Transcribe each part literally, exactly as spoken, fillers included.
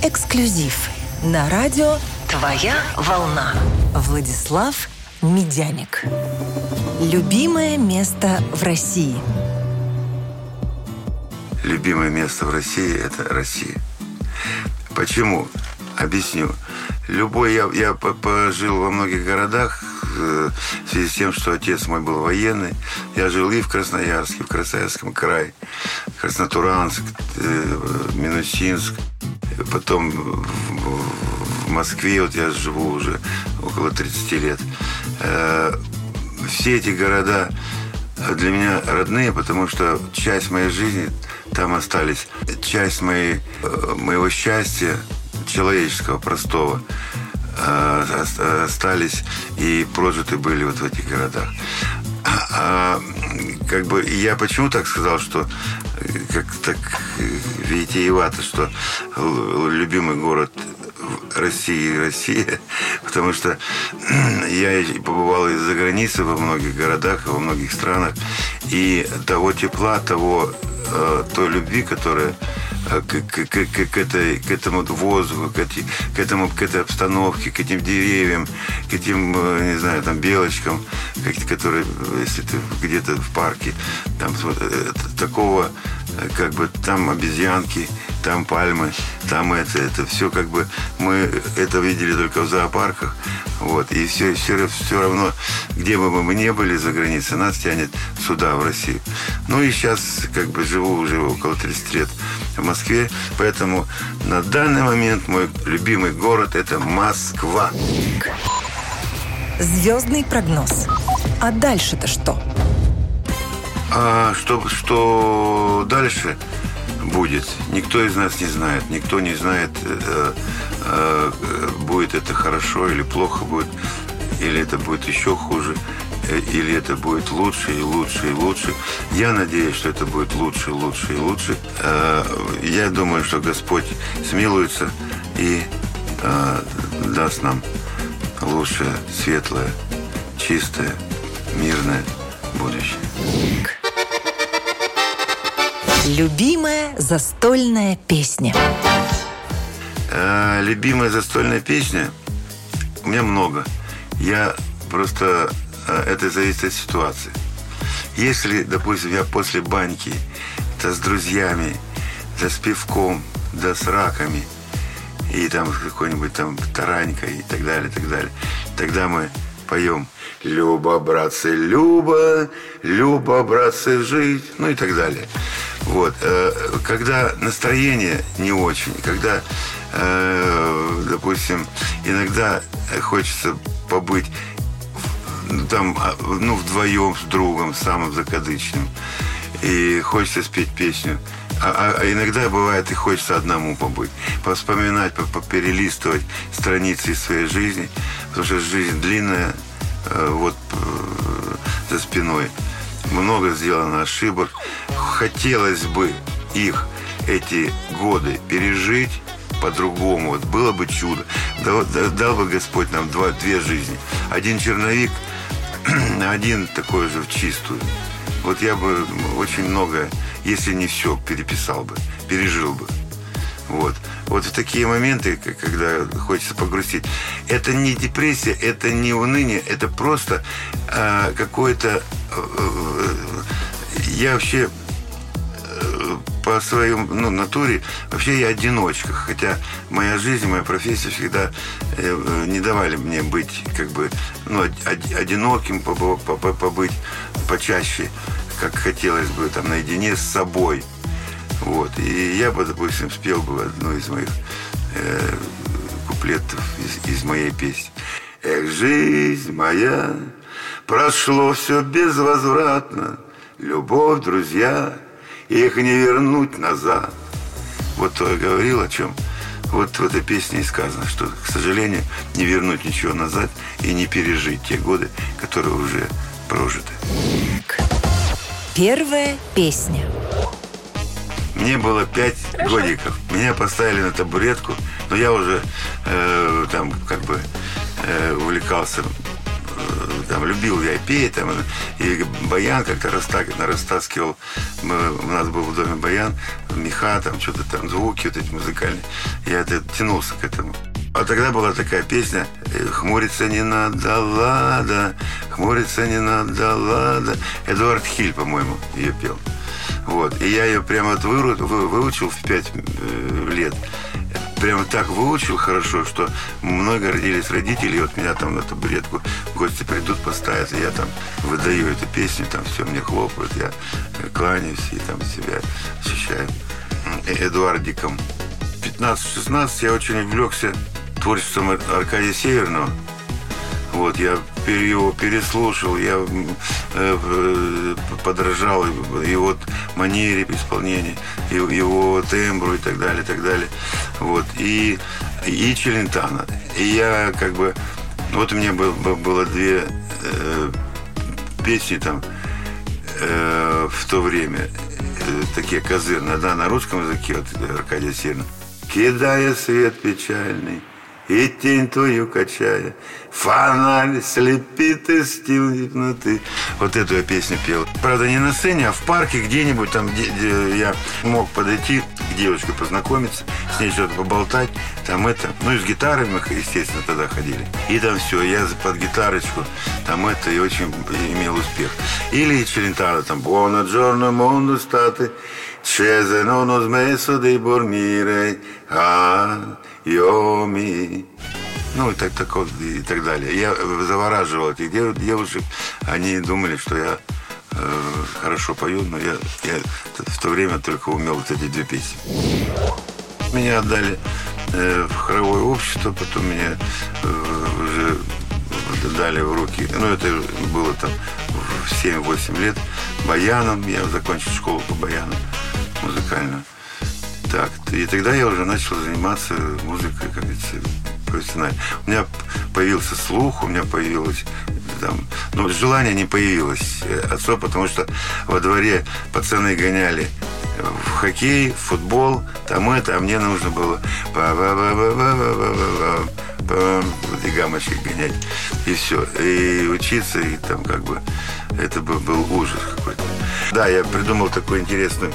Эксклюзив на радио «Твоя волна». Владислав Медяник. Любимое место в России. Любимое место в России – это Россия. Почему? Объясню. Любой, я, я пожил во многих городах в связи с тем, что отец мой был военный. Я жил и в Красноярске, в Красноярском крае, Краснотуранск, Минусинск. Потом в Москве, вот я живу уже около тридцати лет. Все эти города для меня родные, потому что часть моей жизни там остались. Часть моей, моего счастья, человеческого, простого, остались и прожиты были вот в этих городах. А, как бы я почему так сказал, что как так витиевато, что любимый город России Россия, потому что я побывал из-за границы во многих городах, во многих странах, и того тепла, того той любви, которая к, к, к, к, этой, к этому воздуху, к, эти, к, этому, к этой обстановке, к этим деревьям, к этим, не знаю, там, белочкам, которые, если ты где-то в парке, там такого, как бы, там обезьянки, там пальмы, там это, это все, как бы, мы это видели только в зоопарках, вот, и все, все, все равно, где бы мы ни были за границей, нас тянет сюда, в Россию. Ну и сейчас, как бы, живу уже около тридцати лет в Москве, поэтому на данный момент мой любимый город – это Москва. Звездный прогноз. А дальше-то что? А что, что дальше будет, никто из нас не знает. Никто не знает, э, э, будет это хорошо или плохо будет, или это будет еще хуже, или это будет лучше и лучше и лучше. Я надеюсь, что это будет лучше, лучше и лучше. Я думаю, что Господь смилуется и даст нам лучшее, светлое, чистое, мирное будущее. Любимая застольная песня. Любимая застольная песня у меня много. Я просто... Это зависит от ситуации. Если, допустим, я после баньки, то с друзьями, да с пивком, да с раками, и там какой-нибудь там таранькой и так далее, и так далее, тогда мы поем «Люба, братцы, Люба, Люба, братцы, жить», ну и так далее. Вот. Когда настроение не очень, когда, допустим, иногда хочется побыть там, ну, вдвоем с другом, самым закадычным, и хочется спеть песню. А, а иногда бывает и хочется одному побыть, повспоминать, перелистывать страницы из своей жизни, потому что жизнь длинная, вот за спиной. Много сделано ошибок. Хотелось бы их, эти годы, пережить по-другому. Вот было бы чудо. Дал, дал бы Господь нам два, две жизни. Один черновик, один такой же в чистую. Вот я бы очень многое, если не все, переписал бы, пережил бы. Вот. Вот в такие моменты, когда хочется погрустить, это не депрессия, это не уныние, это просто э, какое-то... Э, я вообще э, по своей, ну, натуре, вообще я одиночка. Хотя моя жизнь, моя профессия всегда э, не давали мне быть, как бы, ну, одиноким, побыть почаще, как хотелось бы, там, наедине с собой. Вот. И я бы, допустим, спел бы одну из моих э, куплетов из, из моей песни. Эх, жизнь моя, прошло все безвозвратно, любовь, друзья, их не вернуть назад. Вот то я говорил, о чем вот в этой песне и сказано, что, к сожалению, не вернуть ничего назад и не пережить те годы, которые уже прожиты. Первая песня. Мне было пять Хорошо. годиков. Меня поставили на табуретку, но я уже э, там как бы э, увлекался э, там, любил я петь, там, и баян как-то растаскивал. Мы, у нас был в доме баян, меха, там, что-то там, звуки вот эти музыкальные. Я это, тянулся к этому. А тогда была такая песня «Хмуриться не надо, лада, хмуриться не надо, лада». Эдуард Хиль, по-моему, ее пел. Вот. И я ее прямо вот выучил в пять лет. Прямо так выучил хорошо, что мной гордились родители. И вот меня там на табуретку гости придут, поставят, и я там выдаю эту песню, там все мне хлопают, я кланяюсь и там себя ощущаю Эдуардиком. пятнадцать-шестнадцать я очень увлекся творчеством Аркадия Северного. Вот, я его переслушал, я э, подражал его манере исполнения, его тембру и так далее, и так далее. Вот, и, и Челентано. И я как бы... Вот у меня был, было две э, песни там э, в то время, э, такие козырные. Одна на русском языке, вот Аркадия Северного. «Кидая свет печальный, и тень твою качая, фонарь слепит из темноты». Вот эту я песню пел. Правда, не на сцене, а в парке где-нибудь, там, где, где я мог подойти к девушке, познакомиться, с ней что-то поболтать, там это. Ну, и с гитарой мы, естественно, тогда ходили. И там все, я под гитарочку, там это, и очень имел успех. Или Челентано, там, «Buona giorno, mondo state, scese non ho smesso di dormire, ah, io mi...» Ну, и так, так, вот, и так далее. Я завораживал этих девушек. Они думали, что я э, хорошо пою, но я, я в то время только умел вот эти две песни. Меня отдали э, в хоровое общество, потом меня э, уже дали в руки. Ну, это было там в семь-восемь лет. Баяном. Я закончил школу по баяну музыкальную. Так, и тогда я уже начал заниматься музыкой, как говорится, профессионально. У меня появился слух, у меня появилось там, ну, желание не появилось особо, потому что во дворе пацаны гоняли в хоккей, в футбол, там это, а мне нужно было и гамочки гонять, и все. И учиться, и там как бы это был ужас какой-то. Да, я придумал такую интересную.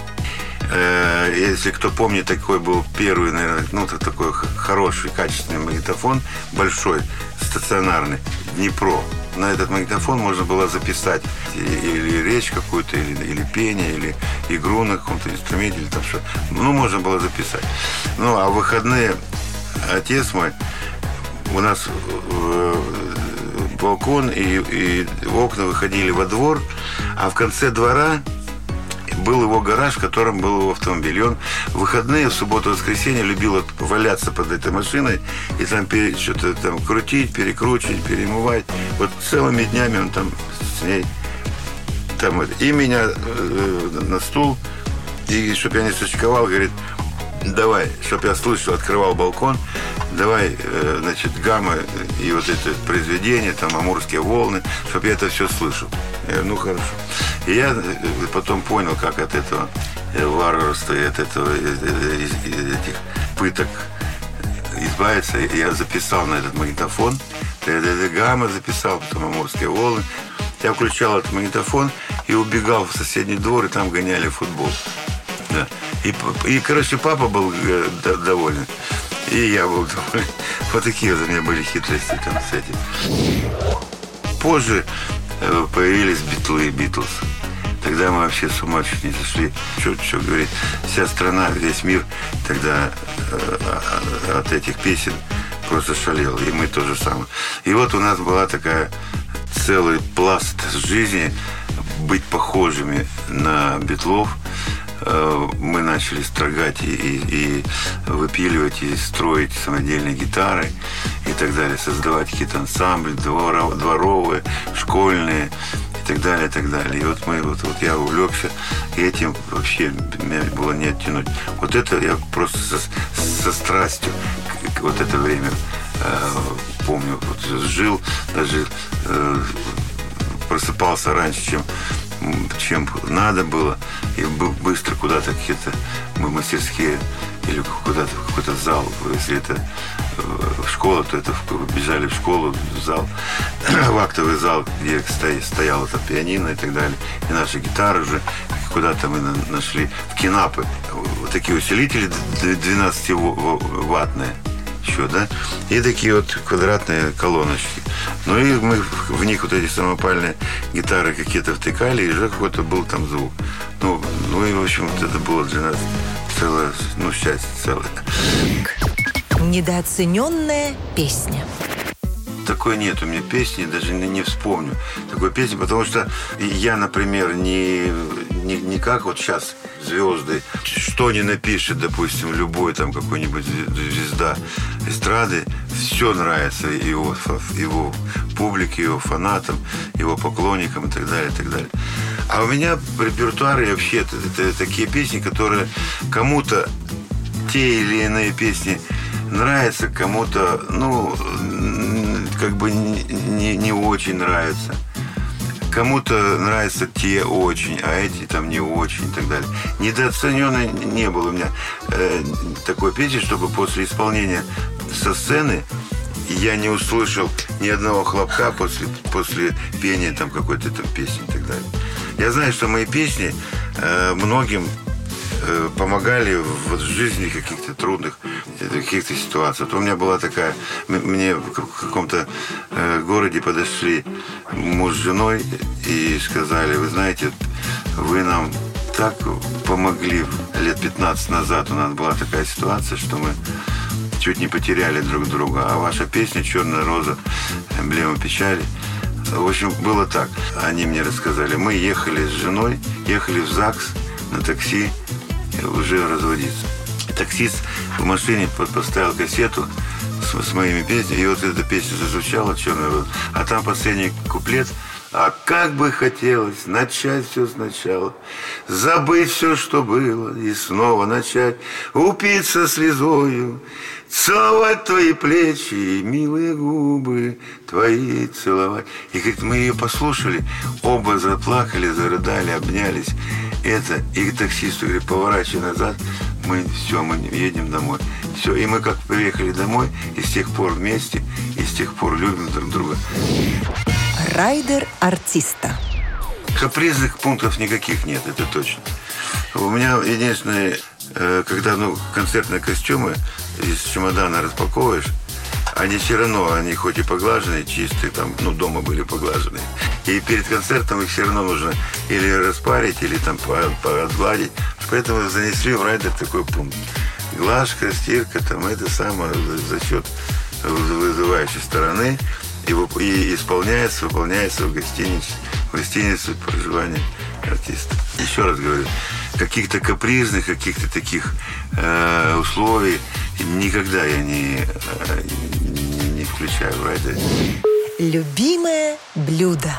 Если кто помнит, такой был первый, наверное, ну, такой хороший, качественный магнитофон, большой, стационарный, Днепро. На этот магнитофон можно было записать или речь какую-то, или, или пение, или игру на каком-то инструменте, или там что. Ну, можно было записать. Ну, а в выходные отец мой, у нас э, балкон и, и окна выходили во двор, а в конце двора был его гараж, в котором был его автомобиль. И он в выходные, в субботу и воскресенье любил валяться под этой машиной и там пере, что-то там крутить, перекручивать, перемывать. Вот целыми днями он там с ней там это. И меня э, на стул, и чтобы я не сочковал, говорит, давай, чтобы я слышал, открывал балкон, давай, э, значит, гамма и вот это произведение, там, амурские волны, чтобы я это все слышал. Я говорю, ну, хорошо. И я потом понял, как от этого варварства и от этого, этих пыток избавиться. Я записал на этот магнитофон, гамма записал, потом амурские волны. Я включал этот магнитофон и убегал в соседний двор, и там гоняли футбол. Да. И, и, короче, папа был доволен, и я был доволен. Вот такие вот у меня были хитрости там с этим. Позже появились Битлы и Битлз. Тогда мы вообще с ума чуть не зашли. Что, что говорить, вся страна, весь мир тогда э, от этих песен просто шалел. И мы то же самое. И вот у нас была такая целый пласт жизни быть похожими на Битлов. Э, мы начали строгать и, и, и выпиливать, и строить самодельные гитары и так далее. Создавать какие-то ансамбли, дворов, дворовые, школьные. И так далее, и так далее. И вот мы, вот, вот я увлекся, и этим вообще меня было не оттянуть. Вот это я просто со, со страстью вот это время э, помню. Вот жил, даже э, просыпался раньше, чем, чем надо было, и быстро куда-то какие-то мы мастерские или куда-то в какой-то зал, если это в школу, то это бежали в школу, в зал, в актовый зал, где стояла там пианино и так далее. И наши гитары уже куда-то мы нашли в Кинапы. Вот такие усилители двенадцативаттные еще, да, и такие вот квадратные колоночки. Ну и мы в них вот эти самопальные гитары какие-то втыкали, и уже какой-то был там звук. Ну, ну и, в общем, вот это было для нас целое, ну, счастье целое. Недооцененная песня. Такой нет у меня песни, даже не, не вспомню такой песни, потому что я, например, не, не, не как вот сейчас звезды, что ни напишет, допустим, любой там какой-нибудь звезда эстрады, все нравится его, его публике, его фанатам, его поклонникам и так далее, и так далее. А у меня в репертуаре вообще это, это такие песни, которые кому-то те или иные песни нравятся, кому-то, ну, как бы не, не, не очень нравятся. Кому-то нравятся те очень, а эти там не очень и так далее. Недооцененной не было у меня э, такой песни, чтобы после исполнения со сцены я не услышал ни одного хлопка после, после пения там какой-то там песни и так далее. Я знаю, что мои песни э, многим э, помогали в, в жизни каких-то трудных каких-то ситуаций. Вот у меня была такая, мне в каком-то э, городе подошли муж с женой и сказали: вы знаете, вы нам так помогли лет пятнадцать назад. У нас была такая ситуация, что мы чуть не потеряли друг друга. А ваша песня «Черная роза», эмблема печали. В общем, было так. Они мне рассказали. Мы ехали с женой, ехали в ЗАГС на такси уже разводиться. Таксист в машине поставил кассету с, с моими песнями, и вот эта песня зазвучала «Черная роза». А там последний куплет: а как бы хотелось начать все сначала, забыть все, что было, и снова начать, упиться слезою, целовать твои плечи, милые губы твои целовать. И как мы ее послушали, оба заплакали, зарыдали, обнялись. Это, и таксисту говорит: поворачивай назад, мы все, мы едем домой. Все, и мы как приехали домой, и с тех пор вместе, и с тех пор любим друг друга. Райдер артиста. Капризных пунктов никаких нет, это точно. У меня единственное, когда ну, концертные костюмы из чемодана распаковываешь, они все равно, они хоть и поглаженные, чистые, там, ну, дома были поглаженные. И перед концертом их все равно нужно или распарить, или там поотгладить. Поэтому занесли в райдер такой пункт. Глажка, стирка, там, это самое за счет вызывающей стороны. И, и исполняется, выполняется в гостинице, в гостинице проживания артиста. Еще раз говорю, каких-то капризных, каких-то таких э, условий никогда я не, э, не, не включаю в райдер. Любимое блюдо.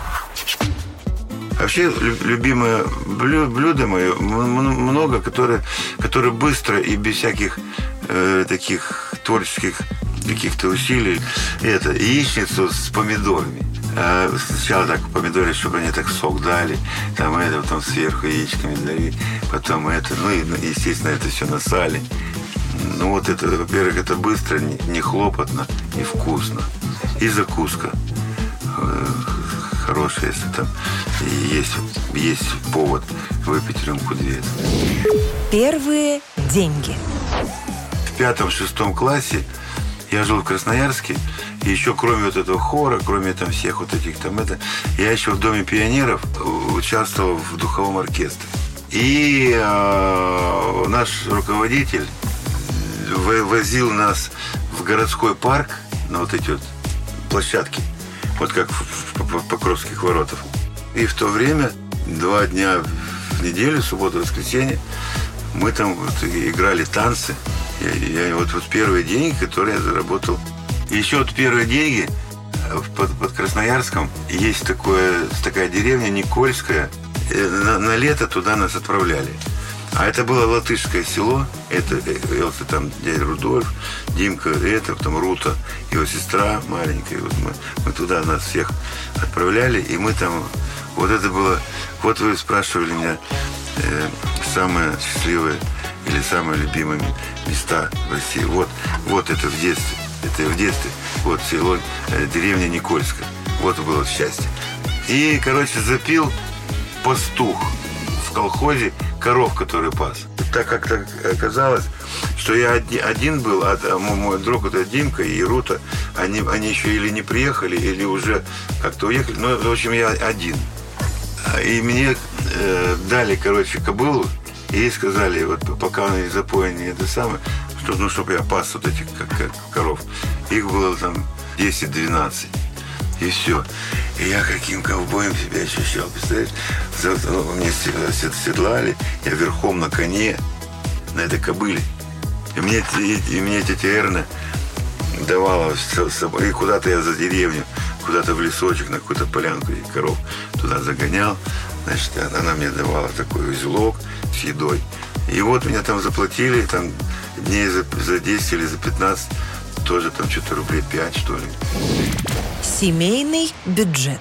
Вообще, любимое блюдо мое много, которое, которое быстро и без всяких э, таких творческих каких-то усилий. Это яичницу с помидорами. А сначала так помидоры, чтобы они так сок дали, там это, потом сверху яичками дали, потом это, ну и, естественно, это все на сале. Ну вот это, во-первых, это быстро, не, не хлопотно, и вкусно. И закуска хорошая, если там есть, есть повод выпить рюмку-две. Первые деньги. В пятом-шестом классе я жил в Красноярске, и еще кроме вот этого хора, кроме там всех вот этих там это, я еще в Доме пионеров участвовал в духовом оркестре. И э, наш руководитель возил нас в городской парк на вот эти вот площадки, вот как в, в, в Покровских воротах. И в то время, два дня в неделю, субботу, воскресенье, мы там вот играли танцы. Я, я, вот, вот первые деньги, которые я заработал. И еще вот первые деньги под, под Красноярском есть такое, такая деревня Никольская. На, на лето туда нас отправляли. А это было латышское село. Это, это там дядя Рудольф, Димка, это, потом Рута, его сестра маленькая. Вот мы, мы туда нас всех отправляли, и мы там... Вот это было... Вот вы спрашивали меня э, самое счастливое или самые любимые места в России. Вот, вот это в детстве. Это в детстве. Вот село, э, деревня Никольска. Вот было счастье. И, короче, запил пастух в колхозе коров, который пас. Так как так оказалось, что я один был, а мой друг, это Димка и Рута, они, они еще или не приехали, или уже как-то уехали. Ну, в общем, я один. И мне э, дали, короче, кобылу, и сказали, вот пока он из запоя не это самое, что, ну, чтобы я пас вот этих как, как, коров. Их было там десять-двенадцать. И все. И я каким ковбоем себя ощущал, представляешь? Мне седлали, я верхом на коне, на этой кобыле. И мне, и, и мне тетя Эрна давала с собой. И куда-то я за деревню, куда-то в лесочек, на какую-то полянку и коров туда загонял. Значит, она мне давала такой узелок с едой. И вот меня там заплатили, там дней за, за десять или за пятнадцать, тоже там что-то рублей пять, что ли. Семейный бюджет.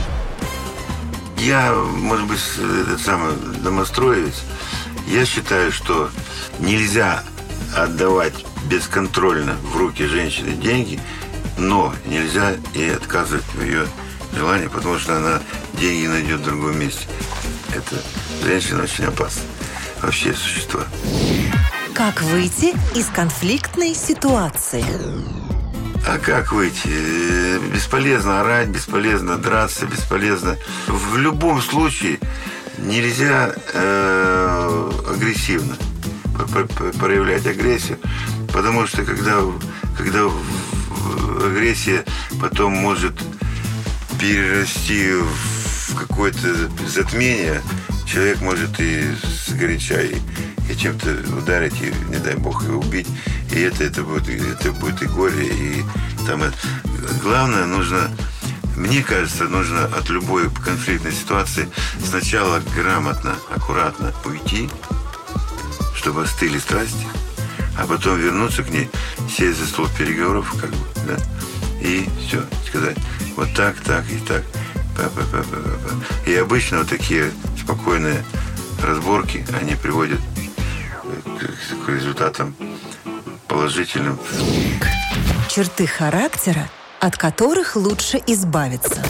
Я, может быть, этот самый домостроевец. Я считаю, что нельзя отдавать бесконтрольно в руки женщины деньги, но нельзя и отказывать в ее желании, потому что она деньги найдет в другом месте. Это женщина очень опасна. Вообще существо. Как выйти из конфликтной ситуации? А как выйти? Бесполезно орать, бесполезно драться, бесполезно. В любом случае нельзя э, агрессивно проявлять агрессию, потому что когда, когда агрессия потом может перерасти в какое-то затмение, человек может и сгоряча и, и чем-то ударить, и, не дай бог, и убить. И это, это, будет, это будет и горе, и там это. Главное, нужно, мне кажется, нужно от любой конфликтной ситуации сначала грамотно, аккуратно уйти, чтобы остыли страсти, а потом вернуться к ней, сесть за стол переговоров, как бы, да, и все, сказать, вот так, так и так. Па-па-па-па-па. И обычно вот такие спокойные разборки, они приводят к, к результатам положительным. Черты характера, от которых лучше избавиться.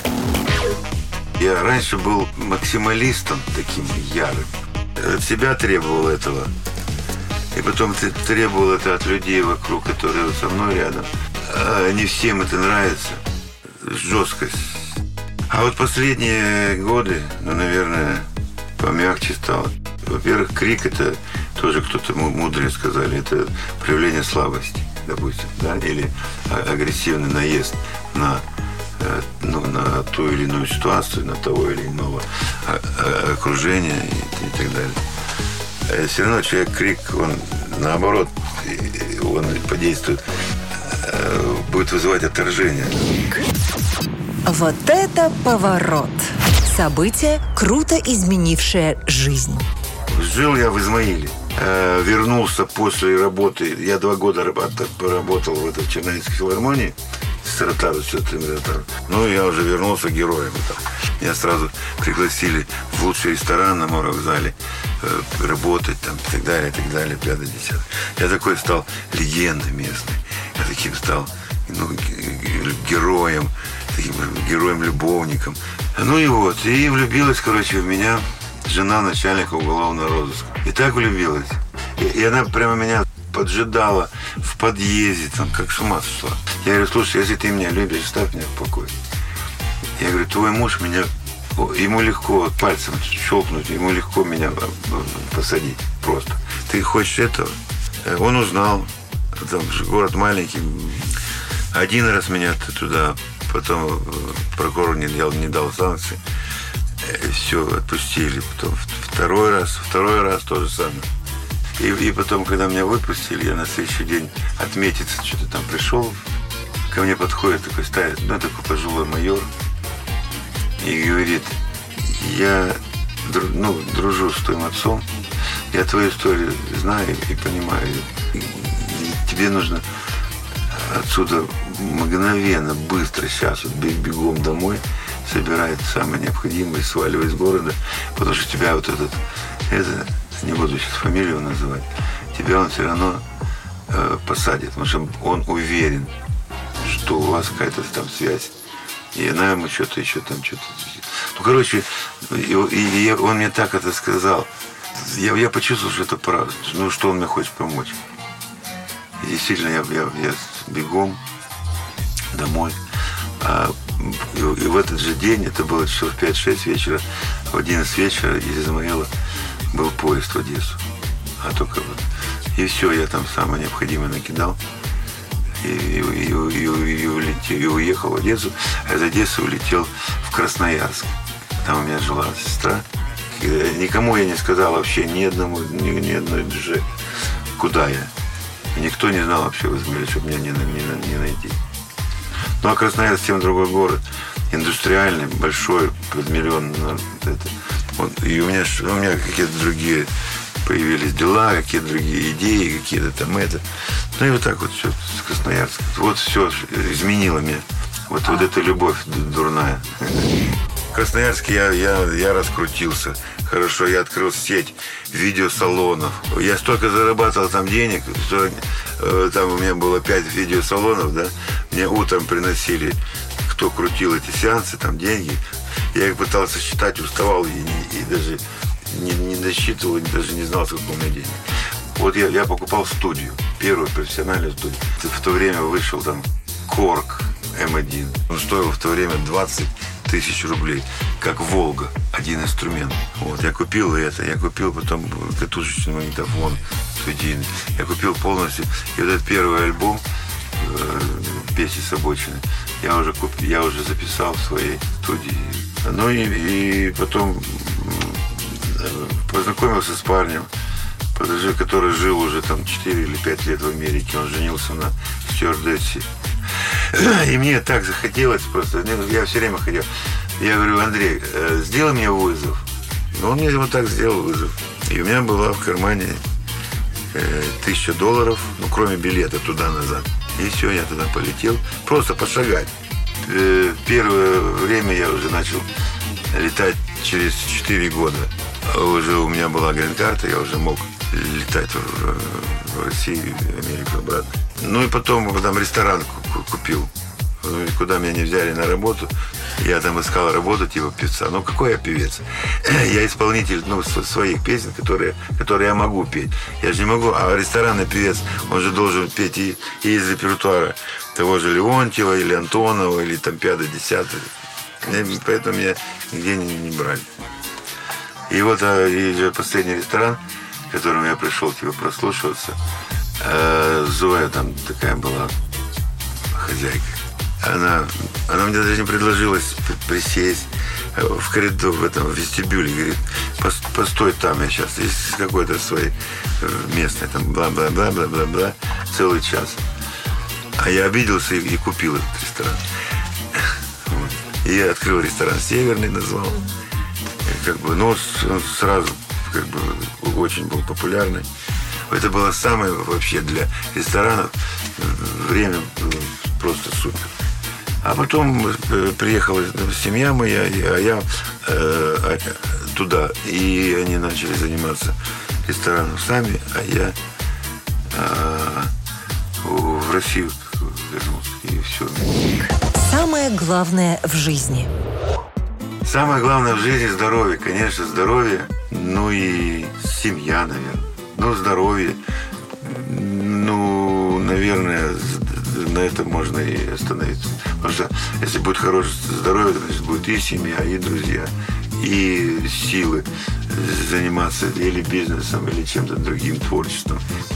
Я раньше был максималистом таким ярым. От себя требовал этого. И потом ты требовал это от людей вокруг, которые со мной рядом. А не всем это нравится. Жесткость. А вот последние годы, ну, наверное, помягче стало. Во-первых, крик – это тоже кто-то мудрее сказали, это проявление слабости, допустим, да, или агрессивный наезд на, ну, на ту или иную ситуацию, на того или иного окружения и, и так далее. Все равно человек крик, он наоборот, он подействует, будет вызывать отторжение. Вот это поворот! Событие, круто изменившее жизнь. Жил я в Измаиле. Э, вернулся после работы. Я два года поработал в этой Чернорецкой филармонии. С Ротару, с Ротару. Ну, я уже вернулся героем. Меня сразу пригласили в лучший ресторан на Моровокзале э, работать там, и так далее, и так далее, пятое, десятое. Я такой стал легендой местной. Я таким стал, ну, героем, таким героем-любовником. Ну и вот. И влюбилась, короче, в меня жена начальника уголовного розыска. И так влюбилась. И, и она прямо меня поджидала в подъезде, там, как с ума сошла. Я говорю, слушай, если ты меня любишь, оставь меня в покое. Я говорю, твой муж меня... Ему легко пальцем щелкнуть, ему легко меня посадить просто. Ты хочешь этого? Он узнал. Там же город маленький. Один раз меня туда, потом прокурор не дал, не дал санкции. Все, отпустили. Потом второй раз, второй раз то же самое. И, и потом, когда меня выпустили, я на следующий день отметиться, что-то там пришел. Ко мне подходит такой, ставит, ну, такой пожилой майор. И говорит, я ну, дружу с твоим отцом. Я твою историю знаю и понимаю. И, и тебе нужно отсюда мгновенно, быстро, сейчас вот бегом домой, собирает самое необходимое, сваливай из города, потому что тебя вот этот, это, не буду сейчас фамилию называть, тебя он все равно э, посадит, потому что он уверен, что у вас какая-то там связь. И она ему что-то еще там, что-то... Ну, короче, и, и он мне так это сказал. Я, я почувствовал, что это правда, ну, что он мне хочет помочь. И действительно, я, я, я бегом домой. А, и, и в этот же день, это было часов пять-шесть вечера, в одиннадцать вечера из Измаила был поезд в Одессу. А только вот. И все, я там самое необходимое накидал. И, и, и, и, и, улетел, и уехал в Одессу. А из Одессы улетел в Красноярск. Там у меня жила сестра. И никому я не сказал вообще, ни одному, ни, ни одной душе, куда я. И никто не знал вообще в Измаиле, чтобы меня не, не, не найти. Ну, а Красноярск совсем другой город. Индустриальный, большой, под миллион. Это. Вот. И у меня, у меня какие-то другие появились дела, какие-то другие идеи, какие-то там это. Ну и вот так вот все с Красноярска. Вот все изменило меня. Вот, вот эта любовь дурная. В Красноярске я, я, я раскрутился. Хорошо, я открыл сеть видеосалонов. Я столько зарабатывал там денег, что э, там у меня было пять видеосалонов, да. Мне утром приносили, кто крутил эти сеансы, там деньги. Я их пытался считать, уставал и, и даже не, не досчитывал, даже не знал, сколько у меня денег. Вот я, я покупал студию, первую профессиональную студию. В то время вышел там Корг эм один. Он стоил в то время двадцать тысяч рублей, как Волга, один инструмент. Вот, я купил это, я купил потом катушечный магнитофон студийный. Я купил полностью. И вот этот первый альбом э, «Песни с обочины» я уже, куп, я уже записал в своей студии. Ну и, и потом э, познакомился с парнем, который жил уже там четыре или пять лет в Америке. Он женился на стюардессе. И мне так захотелось просто. Я все время хотел. Я говорю: Андрей, сделай мне вызов. Он мне вот так сделал вызов. И у меня была в кармане тысяча долларов, ну, кроме билета туда-назад. И все, я туда полетел. Просто пошагать. Первое время я уже начал летать через четыре года. Уже у меня была грин-карта, я уже мог летать в, в Россию, в Америку обратно. Ну и потом там ресторан купил, куда меня не взяли на работу. Я там искал работу типа певца. Ну какой я певец? Я исполнитель, ну, своих песен, которые, которые я могу петь. Я же не могу, а ресторанный певец, он же должен петь и, и из репертуара того же Леонтьева, или Антонова, или там пятый, десятый. Поэтому меня нигде не, не брали. И вот а, и же последний ресторан, в котором я пришел типа прослушиваться, э, Зоя там такая была хозяйка. Она, она мне даже не предложилась присесть в коридор, в этом в вестибюле. Говорит: постой там, я сейчас из какой-то своей местной, там бла-бла-бла-бла-бла-бла, целый час. А я обиделся и, и купил этот ресторан. Вот. И я открыл ресторан «Северный», назвал. И как бы, ну, он сразу как бы очень был популярный. Это было самое вообще для ресторанов время просто супер. А потом приехала семья моя, а я э, туда. И они начали заниматься рестораном сами, а я э, в Россию вернулся. И все. Самое главное в жизни. Самое главное в жизни – здоровье. Конечно, здоровье. Ну и семья, наверное. Ну, здоровье. Ну, наверное, на этом можно и остановиться. Потому что если будет хорошее здоровье, то значит, будет и семья, и друзья, и силы заниматься или бизнесом, или чем-то другим, творчеством.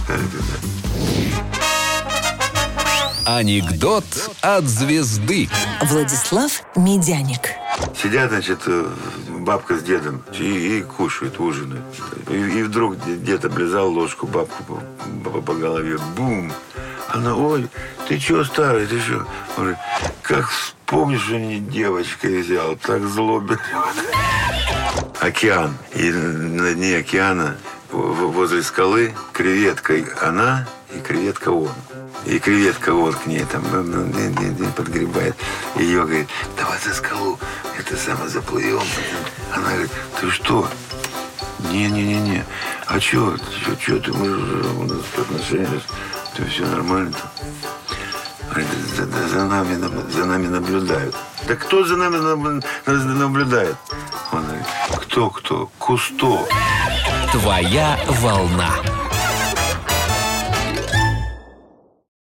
Анекдот от звезды. Владислав Медяник. Сидят, значит, бабка с дедом и, и кушают, ужинают. И, и вдруг дед облизал ложку бабку по, по, по голове. Бум! Она: ой, ты чё, старый, ты чё? Он говорит: как вспомнишь, что не девочкой взял, так зло берет. Океан. И на дне океана, возле скалы, креветка она и креветка он. И креветка вот к ней там подгребает. И ее говорит: давай за скалу, это самое, заплывем. Она говорит: ты что? Не-не-не-не. А что? Что ты? Мы же у нас отношения. Это все нормально-то. За, за, нами, за нами наблюдают. Да кто за нами наблюдает? Он говорит, кто-кто? Кусто. Твоя волна.